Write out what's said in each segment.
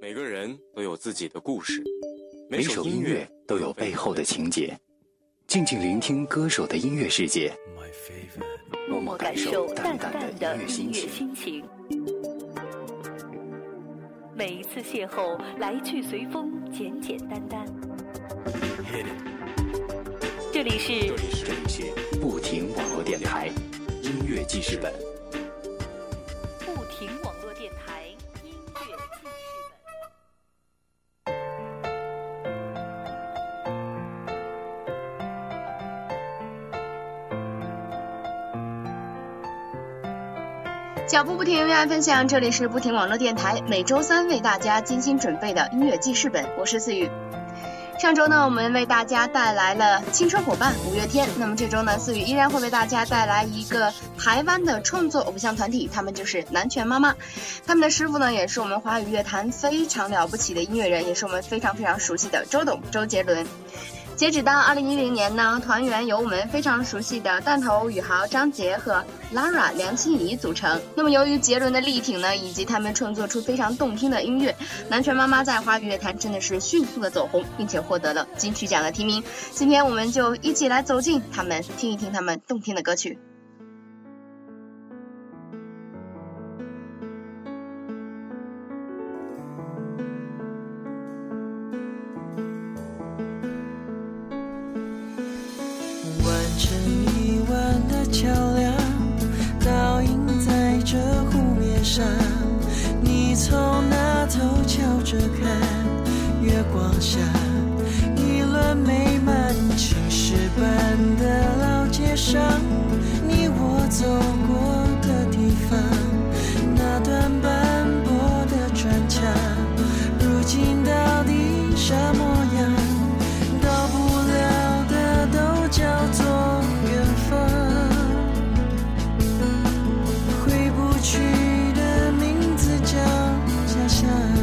每个人都有自己的故事， 每首音乐都有背后的情节。静静聆听歌手的音乐世界， 默默感受淡淡的音乐心情。每一次邂逅，来去随风，简简单单。这里是不停网络电台音乐记事本。 不停网络电台音乐记事本。 脚步不停，为爱分享，这里是不停网络电台，每周三为大家精心准备的音乐记事本，我是思雨。上周呢，我们为大家带来了青春伙伴五月天，那么这周呢，思雨依然会为大家带来一个台湾的创作偶像团体，他们就是南拳妈妈。他们的师傅呢，也是我们华语乐坛非常了不起的音乐人，也是我们非常非常熟悉的周董周杰伦。截止到2010年呢，团员由我们非常熟悉的弹头、宇豪、张杰和 Lara 梁心颐组成。那么由于杰伦的力挺呢，以及他们创作出非常动听的音乐，南拳妈妈在华语乐坛真的是迅速的走红，并且获得了金曲奖的提名。今天我们就一起来走进他们，听一听他们动听的歌曲。 桥梁倒映在这湖面上，你从那头瞧着看，月光下一轮美满，青石板的老街上，你我走过的地方，那段斑驳的砖墙，如今到底啥模样？到不了的都叫做缘分，去的名字叫家乡。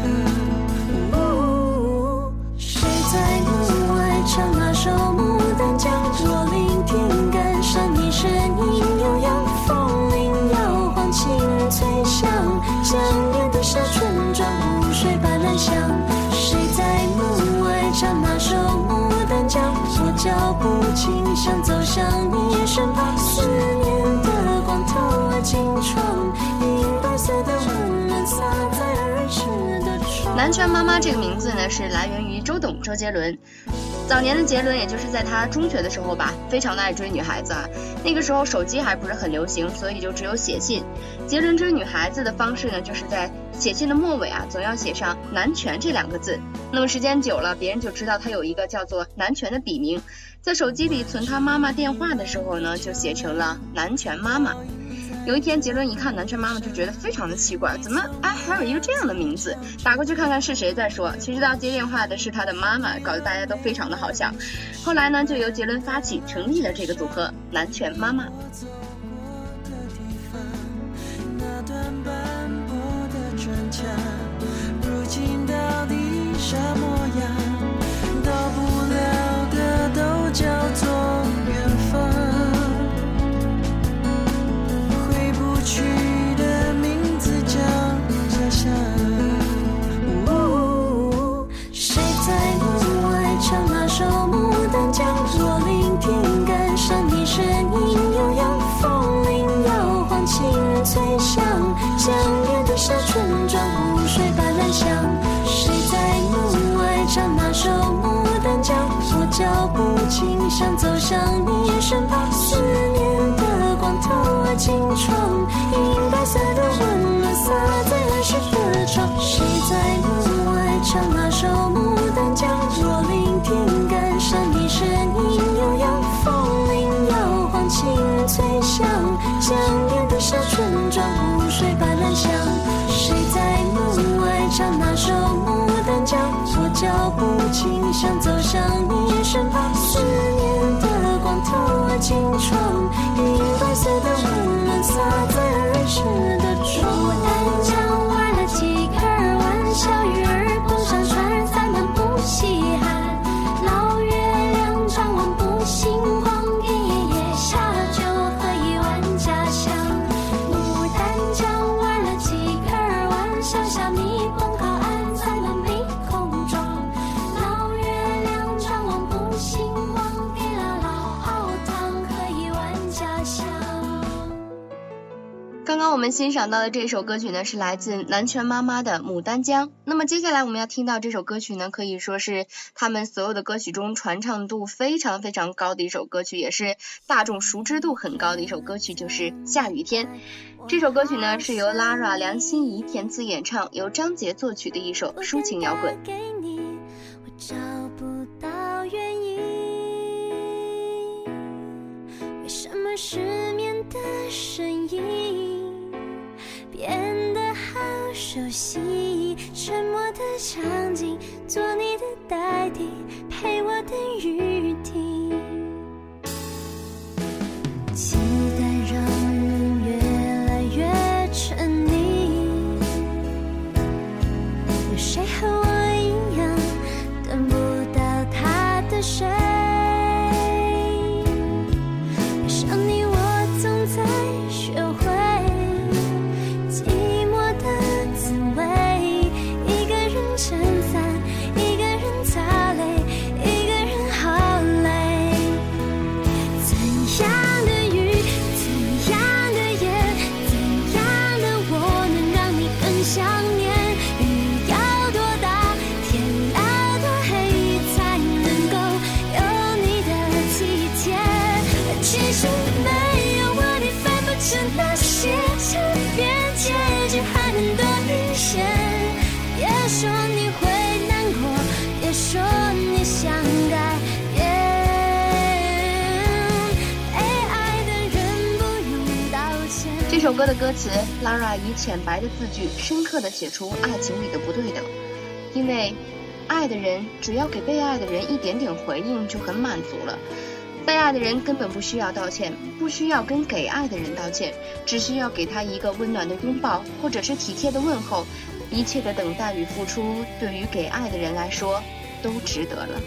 谁在门外唱那首牡丹江？若聆听感伤，你声音悠扬，风铃摇晃，轻吹响，想念的小村庄，湖水般蓝香。谁在门外唱那首牡丹江？我脚步轻响，走向你身旁，思念的光透了金窗， 南拳妈妈这个名字呢，是来源于周董周杰伦。早年的杰伦，也就是在他中学的时候吧，非常的爱追女孩子啊。那个时候手机还不是很流行，所以就只有写信。杰伦追女孩子的方式呢，就是在写信的末尾啊，总要写上南拳这2个字。那么时间久了，别人就知道他有一个叫做南拳的笔名。在手机里存他妈妈电话的时候呢，就写成了南拳妈妈。有一天杰伦一看南拳妈妈，就觉得非常的奇怪，怎么还有一个这样的名字？打过去看看是谁再说。其实到接电话的是他的妈妈，搞得大家都非常的好笑。后来呢，就由杰伦发起成立了这个组合南拳妈妈。 那段斑驳的砖墙，如今到底啥模样？到不了的都叫做缘分，去的名字叫家乡。谁在门外唱那首牡丹江？若聆听感伤，你声音悠扬，风铃摇晃，轻吹响，想念的小村庄，湖水般蓝香。谁在门外唱那首牡丹江？我脚步轻响，走向你身旁，思念的光透了金窗，银白色的温暖洒在儿时的床。谁在门外唱那首牡丹江？若聆听感伤，你声音悠扬，风铃摇晃，轻吹响，想念的小村庄，湖水般蓝香。谁在门外唱那首牡丹江？我脚步轻响，走向你身旁，思念的光透了金窗，银白色的温暖洒在儿时的床。牡丹江玩了几个玩，小鱼儿蹦上船，咱们不稀罕。老月亮张望不星光，夜夜夜下酒喝一碗家乡。牡丹江玩了几个玩，小虾米蹦靠岸，咱们我们欣赏到的这首歌曲呢，是来自南拳妈妈的《牡丹江》。那么接下来我们要听到这首歌曲呢，可以说是他们所有的歌曲中传唱度非常非常高的一首歌曲，也是大众熟知度很高的一首歌曲，就是《下雨天》。这首歌曲呢是由 Lara 梁心颐填词演唱，由张杰作曲的一首抒情摇滚。 我找不到原因，为什么失眠的声音变得好熟悉，沉默的场景做你的代替，陪我等雨停，期待让人越来越沉溺，有谁和我一样等不到他的谁，爱上你我总在学会寂寞的滋味，一个人撑伞，一个人擦泪，一个人好累，怎样的雨，怎样的夜，怎样的我能让你更想念，雨要多大，天要多黑才能够有你的体贴，其实没有我你分不清那些差别，结局还能多明显，别说你会难过，别说你想改变，被爱的人不用道歉。 这首歌的歌词 Lara 以浅白的字句深刻地写出爱情里的不对等，因为爱的人只要给被爱的人一点点回应就很满足了，被爱的人根本不需要道歉，不需要跟给爱的人道歉，只需要给他一个温暖的拥抱，或者是体贴的问候，一切的等待与付出对于给爱的人来说都值得了。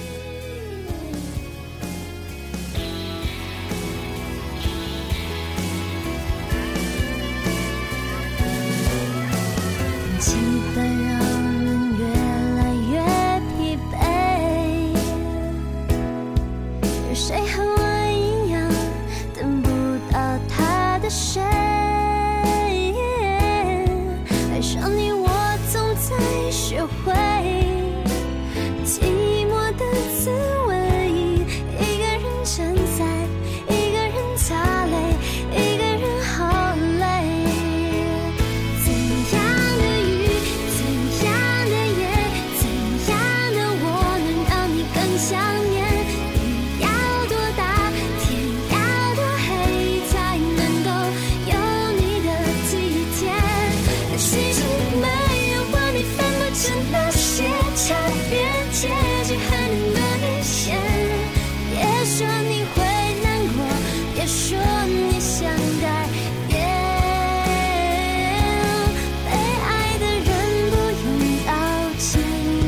期待让人越来越疲惫，有谁和我一样等不到他的谁，爱上你我总在学会寂寞的滋味，一个人撑伞，一个人擦泪，一个人好累，怎样的雨，怎样的夜，怎样的我能让你更想念，雨要多大，天要多黑才能够有你的体贴，其实没有我你分不清那些差别，结局还能多明显，别说你会难过，别说你想改变，被爱的人不用道歉，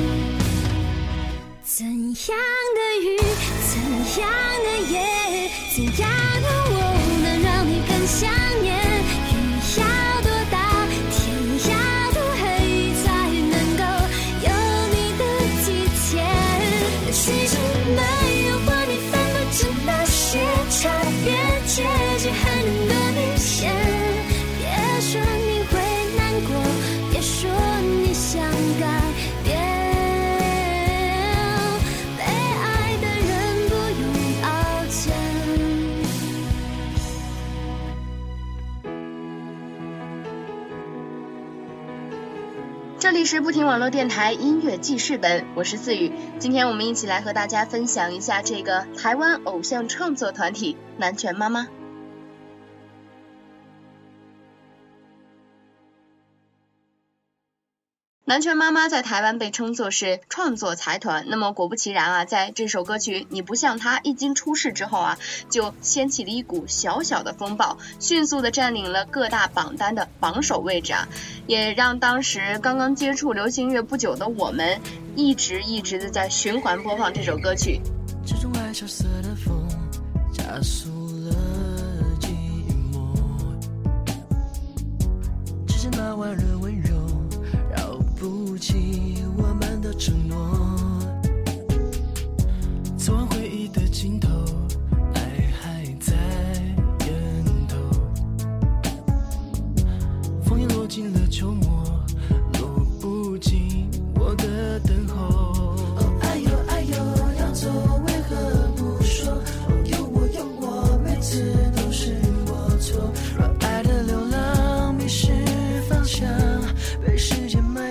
怎样的雨，怎样的夜，怎样的我能让你更想念，雨要多大，天要多黑才能够有你的体贴，其实没有我你分不清那些差别，结局还能多明显，别说你会难过，别说你想改变，被爱的人不用道歉。 这里是不停网络电台音乐记事本，我是思雨。今天我们一起来和大家分享一下这个台湾偶像创作团体南拳妈妈。南拳妈妈在台湾被称作是创作财团，那么果不其然啊，在这首歌曲《你不像他》一经出世之后啊，就掀起了一股小小的风暴，迅速的占领了各大榜单的榜首位置啊，也让当时刚刚接触流行乐不久的我们一直的在循环播放这首歌曲。 这种爱萧瑟的风加速了寂寞，只是那晚热温柔绕不起我们的承诺，走完回忆的尽头，爱还在源头，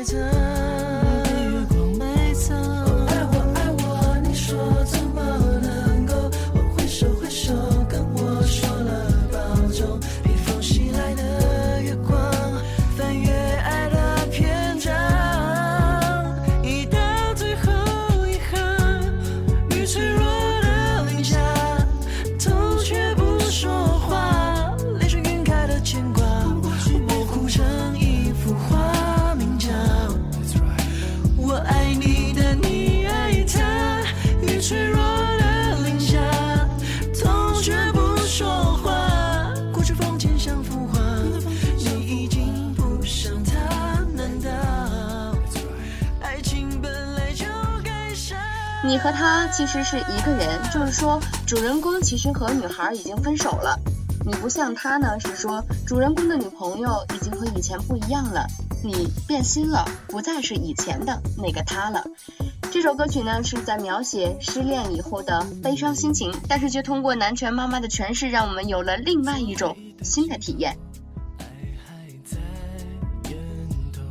葬，被月光埋葬。爱我爱我，你说怎么能够？我挥手挥手跟我说了保重，披风袭来的月光，翻越爱的篇章，一到最后一行，与脆弱的零下，痛却不说话，泪水晕开了牵挂，模糊成一幅画名叫我爱你的你爱他，与脆弱的零下，痛却不说话，过去风景像幅画，你已经不像他，难道爱情本来就该伤？ 你和他其实是一个人，就是说主人公其实和女孩已经分手了。你不像他呢，是说主人公的女朋友已经和以前不一样了，你变心了，不再是以前的那个他了。这首歌曲呢是在描写失恋以后的悲伤心情，但是却通过南拳妈妈的诠释，让我们有了另外一种新的体验。 爱还在源头，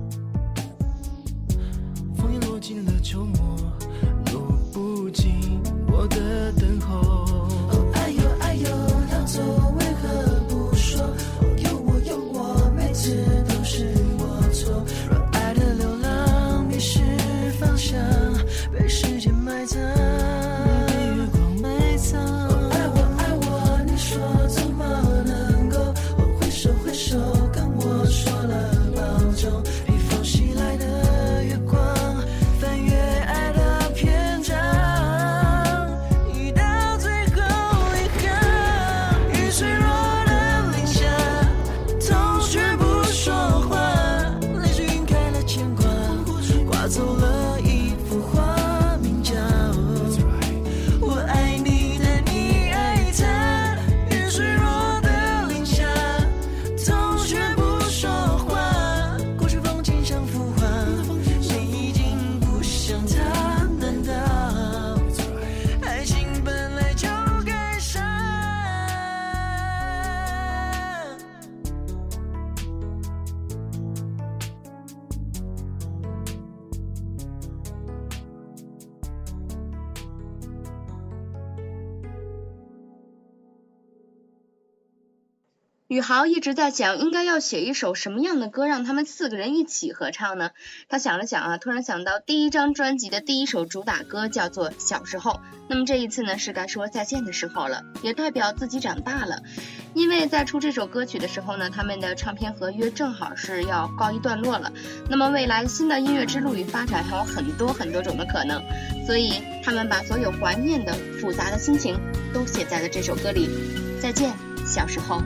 枫叶落进了秋末，落不进我的等候。哎呦哎呦，要走为何不说？有我，每次都是我错。若爱的流浪迷失方向，被时间埋葬，被月光埋葬。爱我，你说怎么能够？我挥手挥手跟我说了保重，披风袭来的月光，翻越爱的篇章，一到最后一行，与脆弱的零下，痛却不说话，泪水晕开了牵挂，刮走了一幅画名叫我爱你的你爱他，与脆弱的零下，痛却不说话，过去风景像幅画，你已经不像他，难道爱情本来就该伤？ 宇豪一直在想应该要写一首什么样的歌让他们4个人一起合唱呢？他想了想啊，突然想到第一张专辑的第一首主打歌叫做《小时候》，那么这一次呢是该说再见的时候了，也代表自己长大了。因为在出这首歌曲的时候呢，他们的唱片合约正好是要告一段落了，那么未来新的音乐之路与发展还有很多种的可能，所以他们把所有怀念的复杂的心情都写在了这首歌里。再见，小时候。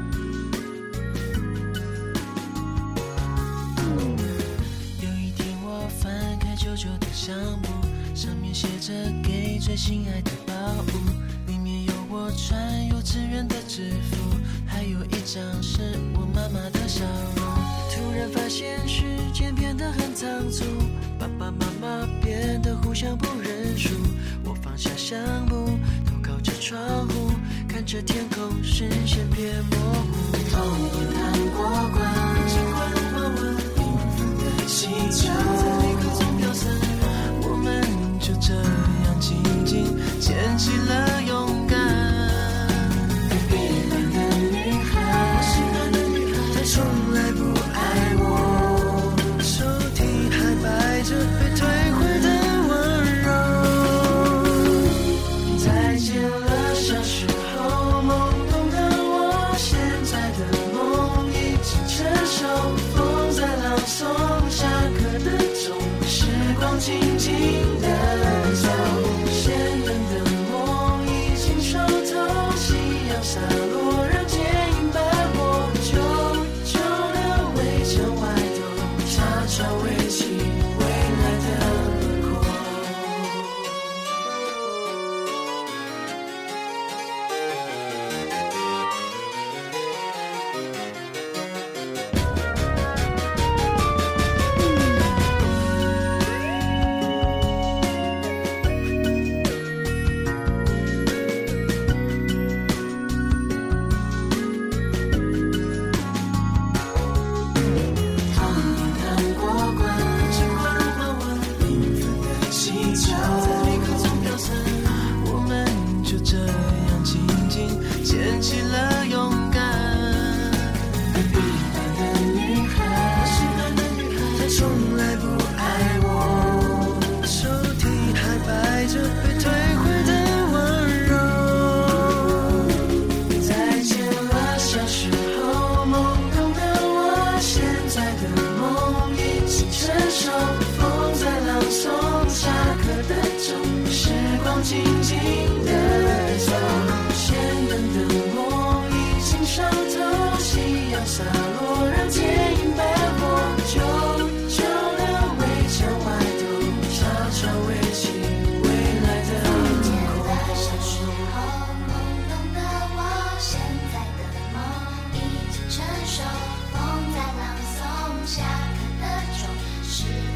有一天我翻开旧旧的相簿，上面写着给最心爱的宝物，里面有我穿幼稚园的制服，还有一张是我妈妈的笑容。突然发现时间变得很仓促，爸爸妈妈变得互相不认输，我放下相簿，头靠着窗户，看着天空，视线变模糊。我难过关，尽管把我平凡的气球在离口中飘散，我们就这样静静牵起了勇敢。彼岸的女孩，我心爱的女孩，她从来不爱我，抽屉还摆着被退回的温柔。再见了小时候，懵懂的我，现在的梦已经成熟，风在朗诵下课的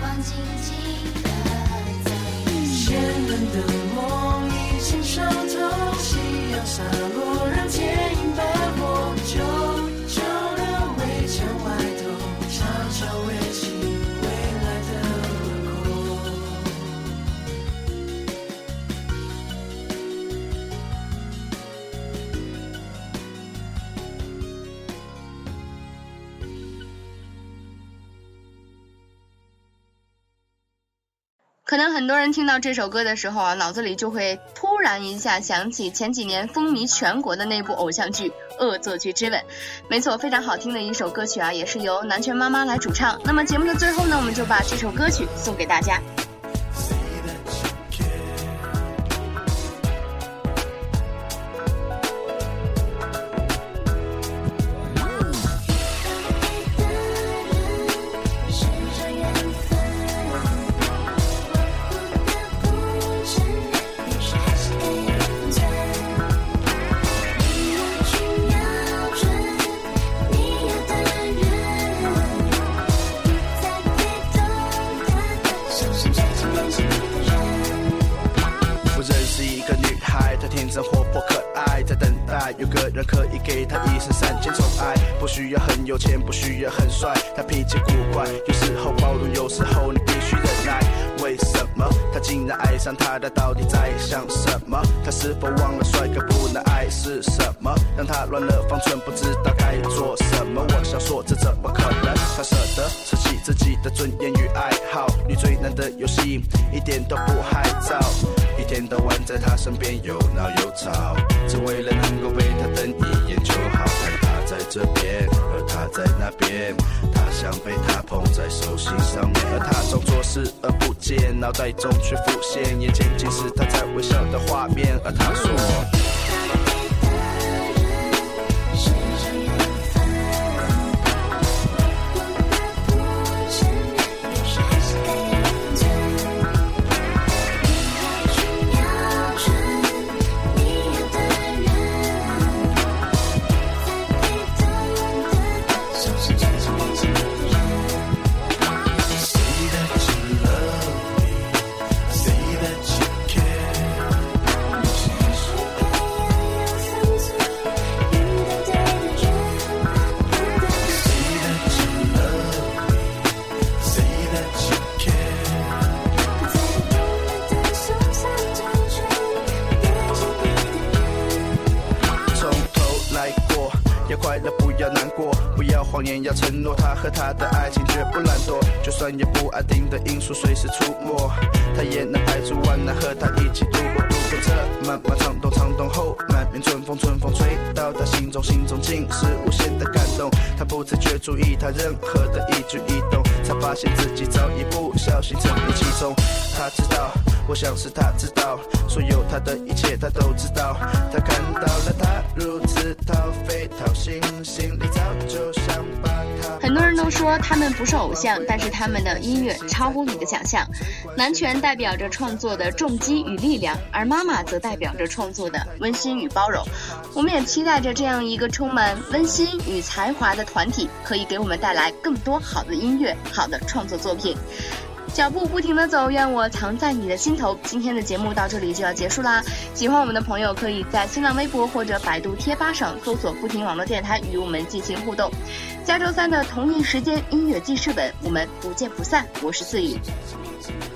光静静的在鲜嫩的梦已经烧透，夕阳洒落让天影斑驳，旧旧的围墙外头，悄悄围起未来的轮廓。 可能很多人听到这首歌的时候啊，脑子里就会突然一下想起前几年风靡全国的那部偶像剧《恶作剧之吻》。没错，非常好听的一首歌曲啊，也是由南拳妈妈来主唱。那么节目的最后呢，我们就把这首歌曲送给大家。 有个人可以给他一生3千宠爱，不需要很有钱，不需要很帅，他脾气古怪，有时候包容，有时候你必须忍耐。为什么他竟然爱上他？他到底在想什么？他是否忘了帅哥不能爱是什么？让他乱了方寸，不知道该做什么。我想说，这怎么可能？他舍得舍弃自己的尊严与爱好，你最难的游戏一点都不害臊，一天到晚在他身边有闹有吵，只为了能够被他瞪一眼就好。看他在这边，而他在那边，他想被他捧在手心上面，而他装作视而不见，脑袋中却浮现眼前尽是他在微笑的画面。而他说谎言要承诺，他和他的爱情绝不懒惰，就算有不安定的因素随时出没，他也能排除万难和他一起度过这漫漫长冬后，满面春风吹到他心中尽是无限的感动。他不自觉注意他任何的一举一动，才发现自己早已不小心沉溺其中。他知道，我想是他知道，所有他的一切他都知道。他看到了他如此掏肺掏心，心里早就想把他。 很多人都说他们不是偶像，但是他们的音乐超乎你的想象。南拳代表着创作的重击与力量，而妈妈则代表着创作的温馨与包容。我们也期待着这样一个充满温馨与才华的团体，可以给我们带来更多好的音乐，好的创作作品。脚步不停地走，愿我藏在你的心头。今天的节目到这里就要结束啦，喜欢我们的朋友可以在新浪微博或者百度贴吧上搜索不停网络电台与我们进行互动。下周3的同一时间音乐记事本，我们不见不散。我是四雨。